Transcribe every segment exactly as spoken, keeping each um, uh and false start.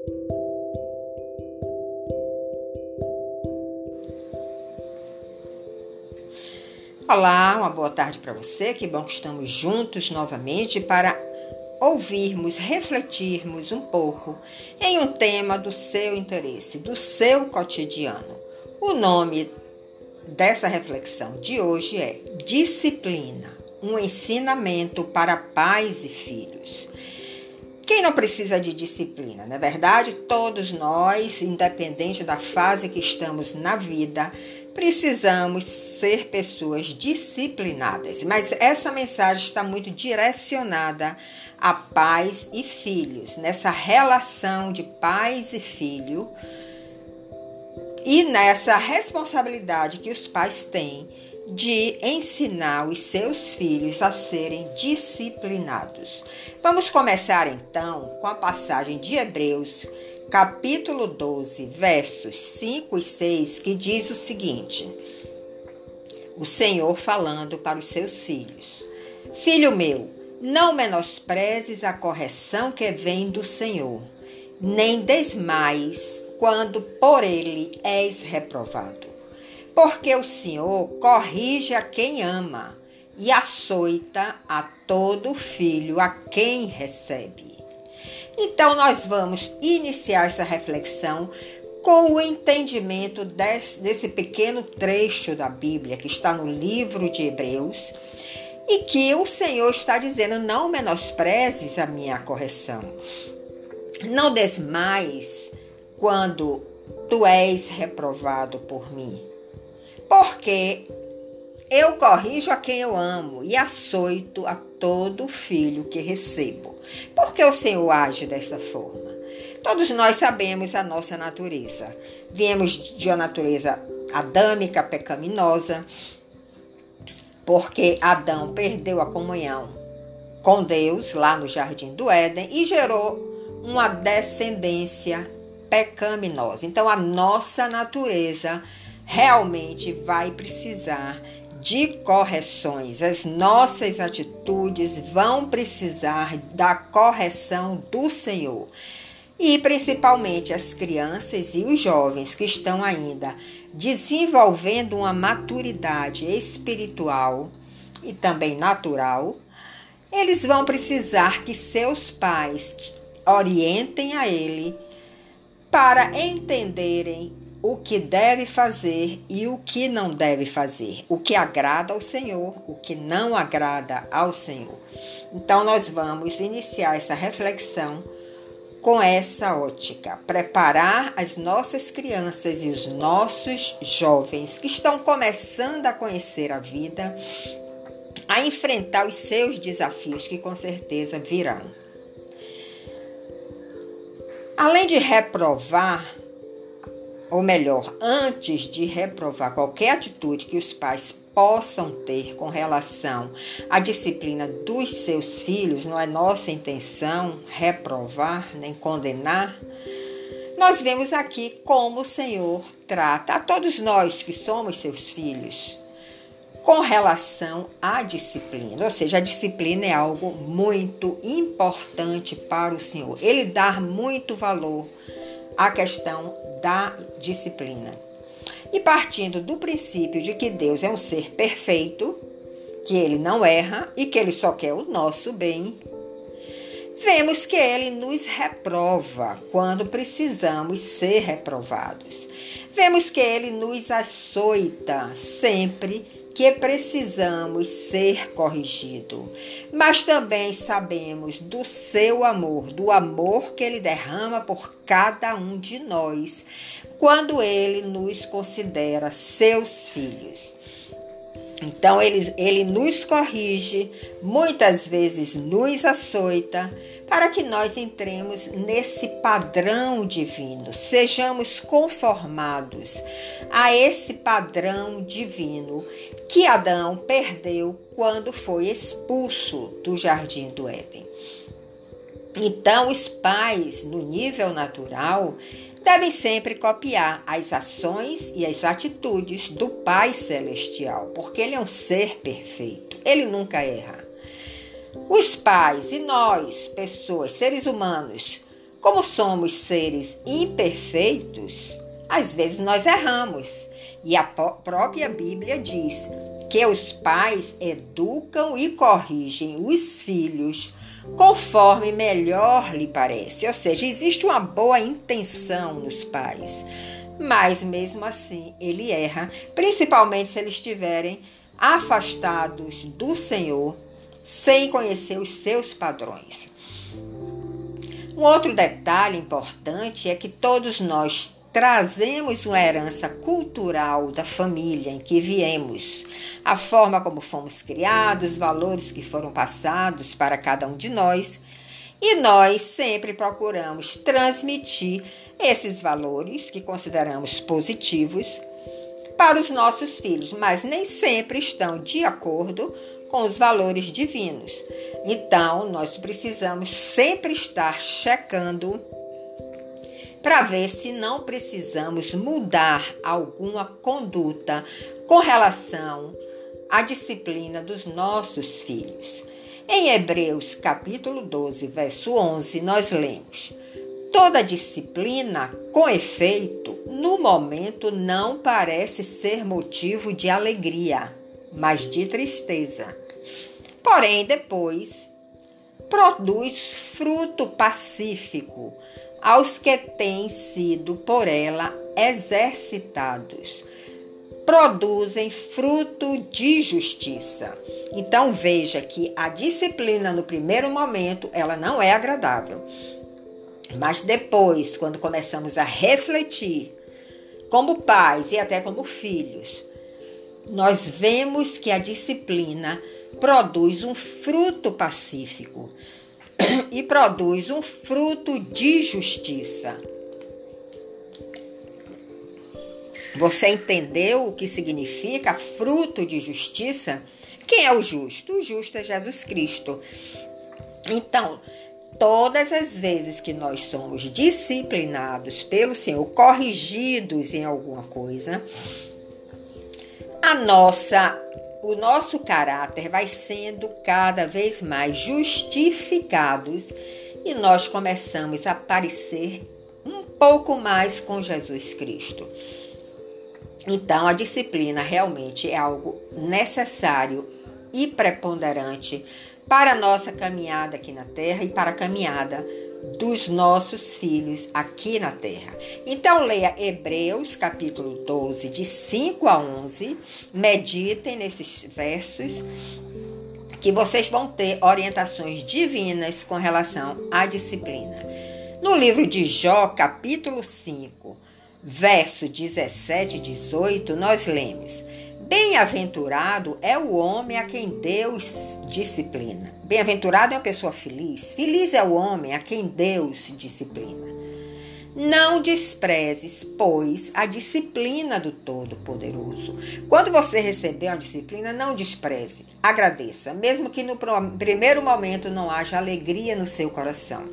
Olá, uma boa tarde para você. Que bom que estamos juntos novamente para ouvirmos, refletirmos um pouco em um tema do seu interesse, do seu cotidiano. O nome dessa reflexão de hoje é Disciplina, um ensinamento para pais e filhos. Quem não precisa de disciplina? Na verdade, todos nós, independente da fase que estamos na vida, precisamos ser pessoas disciplinadas. Mas essa mensagem está muito direcionada a pais e filhos, nessa relação de pais e filho e nessa responsabilidade que os pais têm de ensinar os seus filhos a serem disciplinados. Vamos começar então com a passagem de Hebreus, capítulo doze, versos cinco e seis, que diz o seguinte: o Senhor falando para os seus filhos: Filho meu, não menosprezes a correção que vem do Senhor, nem desmaies quando por ele és reprovado. Porque o Senhor corrige a quem ama e açoita a todo filho a quem recebe. Então, nós vamos iniciar essa reflexão com o entendimento desse, desse pequeno trecho da Bíblia que está no livro de Hebreus e que o Senhor está dizendo: não menosprezes a minha correção, não desmaies quando tu és reprovado por mim, porque eu corrijo a quem eu amo e açoito a todo filho que recebo. Por que o Senhor age dessa forma? Todos nós sabemos a nossa natureza. Viemos de uma natureza adâmica, pecaminosa, porque Adão perdeu a comunhão com Deus lá no Jardim do Éden e gerou uma descendência pecaminosa. Então, a nossa natureza realmente vai precisar de correções. As nossas atitudes vão precisar da correção do Senhor. E principalmente as crianças e os jovens que estão ainda desenvolvendo uma maturidade espiritual e também natural, eles vão precisar que seus pais orientem a ele para entenderem o que deve fazer e o que não deve fazer, o que agrada ao Senhor, o que não agrada ao Senhor. Então, nós vamos iniciar essa reflexão com essa ótica, preparar as nossas crianças e os nossos jovens que estão começando a conhecer a vida, a enfrentar os seus desafios que com certeza virão. Além de reprovar, ou melhor, antes de reprovar qualquer atitude que os pais possam ter com relação à disciplina dos seus filhos, não é nossa intenção reprovar nem condenar, nós vemos aqui como o Senhor trata a todos nós que somos seus filhos com relação à disciplina. Ou seja, a disciplina é algo muito importante para o Senhor. Ele dá muito valor à questão da disciplina. E partindo do princípio de que Deus é um ser perfeito, que ele não erra e que ele só quer o nosso bem, vemos que ele nos reprova quando precisamos ser reprovados. Vemos que ele nos açoita sempre que precisamos ser corrigidos. Mas também sabemos do seu amor, do amor que ele derrama por cada um de nós, quando ele nos considera seus filhos. Então, ele, ele nos corrige, muitas vezes nos açoita, para que nós entremos nesse padrão divino, sejamos conformados a esse padrão divino que Adão perdeu quando foi expulso do Jardim do Éden. Então, os pais, no nível natural, devem sempre copiar as ações e as atitudes do Pai Celestial, porque Ele é um ser perfeito, Ele nunca erra. Os pais e nós, pessoas, seres humanos, Como somos seres imperfeitos, às vezes nós erramos. E a própria Bíblia diz que os pais educam e corrigem os filhos conforme melhor lhe parece. Ou seja, existe uma boa intenção nos pais, mas mesmo assim ele erra, principalmente se eles estiverem afastados do Senhor, sem conhecer os seus padrões. Um outro detalhe importante é que todos nós trazemos uma herança cultural da família em que viemos, a forma como fomos criados, os valores que foram passados para cada um de nós, e nós sempre procuramos transmitir esses valores que consideramos positivos para os nossos filhos, mas nem sempre estão de acordo com os valores divinos. Então, nós precisamos sempre estar checando para ver se não precisamos mudar alguma conduta com relação à disciplina dos nossos filhos. Em Hebreus capítulo doze, verso onze, nós lemos: toda disciplina, com efeito, no momento não parece ser motivo de alegria, mas de tristeza. Porém, depois, produz fruto pacífico aos que têm sido por ela exercitados. Produzem fruto de justiça. Então, veja que a disciplina, no primeiro momento, ela não é agradável. Mas depois, quando começamos a refletir, como pais e até como filhos, nós vemos que a disciplina produz um fruto pacífico e produz um fruto de justiça. Você entendeu o que significa fruto de justiça? Quem é o justo? O justo é Jesus Cristo. Então, todas as vezes que nós somos disciplinados pelo Senhor, corrigidos em alguma coisa, a nossa, o nosso caráter vai sendo cada vez mais justificados e nós começamos a parecer um pouco mais com Jesus Cristo. Então, a disciplina realmente é algo necessário e preponderante para a nossa caminhada aqui na Terra e para a caminhada dos nossos filhos aqui na Terra. Então, leia Hebreus, capítulo doze, de cinco a onze. Meditem nesses versos que vocês vão ter orientações divinas com relação à disciplina. No livro de Jó, capítulo cinco, verso dezessete e dezoito, nós lemos: bem-aventurado é o homem a quem Deus disciplina. Bem-aventurado é uma pessoa feliz. Feliz é o homem a quem Deus disciplina. Não desprezes, pois, a disciplina do Todo-Poderoso. Quando você receber uma disciplina, não despreze. Agradeça, mesmo que no primeiro momento não haja alegria no seu coração.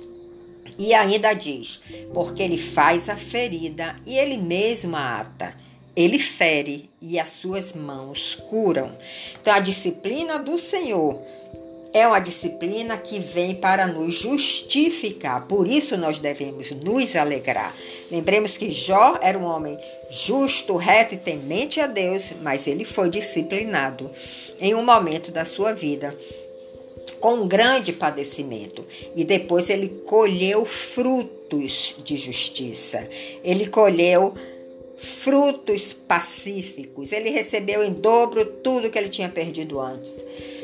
E ainda diz: porque ele faz a ferida e ele mesmo a ata. Ele fere e as suas mãos curam. Então, a disciplina do Senhor é uma disciplina que vem para nos justificar. Por isso, nós devemos nos alegrar. Lembremos que Jó era um homem justo, reto e temente a Deus, mas ele foi disciplinado em um momento da sua vida com um grande padecimento. E depois ele colheu frutos de justiça. Ele colheu frutos pacíficos. Ele recebeu em dobro tudo que ele tinha perdido antes.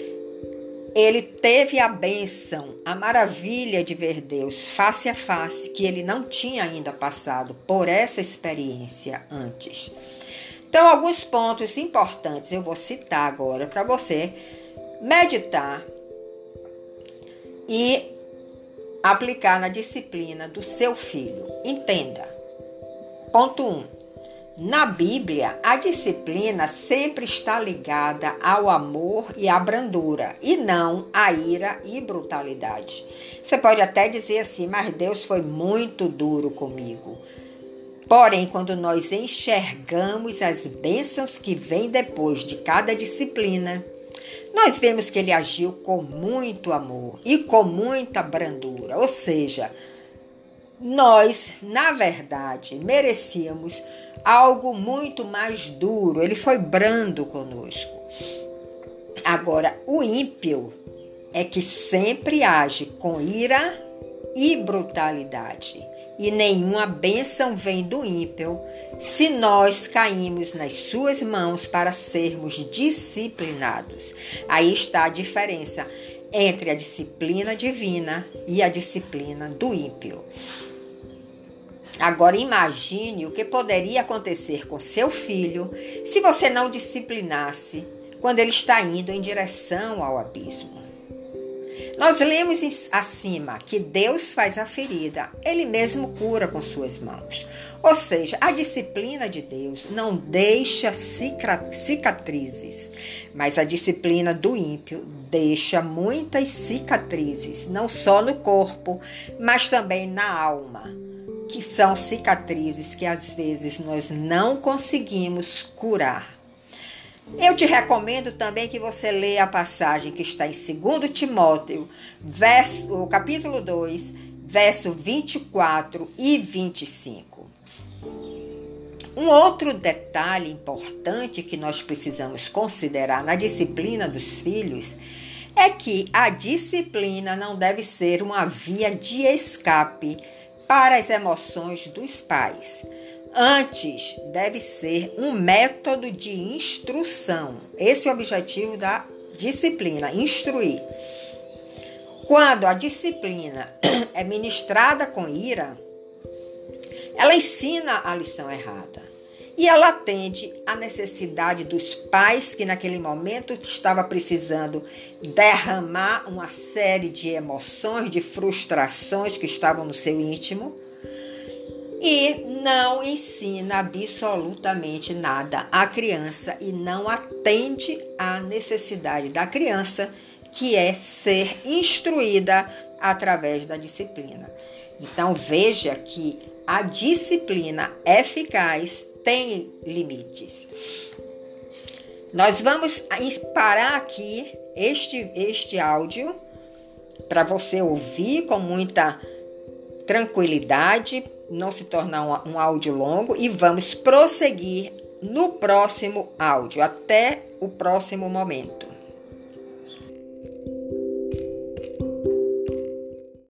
Ele teve a bênção, a maravilha de ver Deus face a face, que ele não tinha ainda passado por essa experiência antes. Então, alguns pontos importantes eu vou citar agora para você meditar e aplicar na disciplina do seu filho. Entenda. Ponto um. Na Bíblia, a disciplina sempre está ligada ao amor e à brandura, e não à ira e brutalidade. Você pode até dizer assim: mas Deus foi muito duro comigo. Porém, quando nós enxergamos as bênçãos que vêm depois de cada disciplina, nós vemos que ele agiu com muito amor e com muita brandura. Ou seja, Nós, na verdade, merecíamos algo muito mais duro. Ele foi brando conosco. Agora, o ímpio é que sempre age com ira e brutalidade. E nenhuma bênção vem do ímpio se nós caímos nas suas mãos para sermos disciplinados. Aí está a diferença entre a disciplina divina e a disciplina do ímpio. Agora imagine o que poderia acontecer com seu filho se você não disciplinasse quando ele está indo em direção ao abismo. Nós lemos acima que Deus faz a ferida, Ele mesmo cura com suas mãos. Ou seja, a disciplina de Deus não deixa cicatrizes, mas a disciplina do ímpio deixa muitas cicatrizes, não só no corpo, mas também na alma, que são cicatrizes que às vezes nós não conseguimos curar. Eu te recomendo também que você leia a passagem que está em dois Timóteo, verso, o capítulo dois, verso vinte e quatro e vinte e cinco. Um outro detalhe importante que nós precisamos considerar na disciplina dos filhos é que a disciplina não deve ser uma via de escape para as emoções dos pais. Antes, deve ser um método de instrução. Esse é o objetivo da disciplina, instruir. Quando a disciplina é ministrada com ira, ela ensina a lição errada. E ela atende à necessidade dos pais que naquele momento estava precisando derramar uma série de emoções, de frustrações que estavam no seu íntimo, e não ensina absolutamente nada à criança e não atende à necessidade da criança, que é ser instruída através da disciplina. Então veja que a disciplina eficaz tem limites. Nós vamos parar aqui este, este áudio para você ouvir com muita tranquilidade, não se tornar um, um áudio longo, e vamos prosseguir no próximo áudio. Até o próximo momento.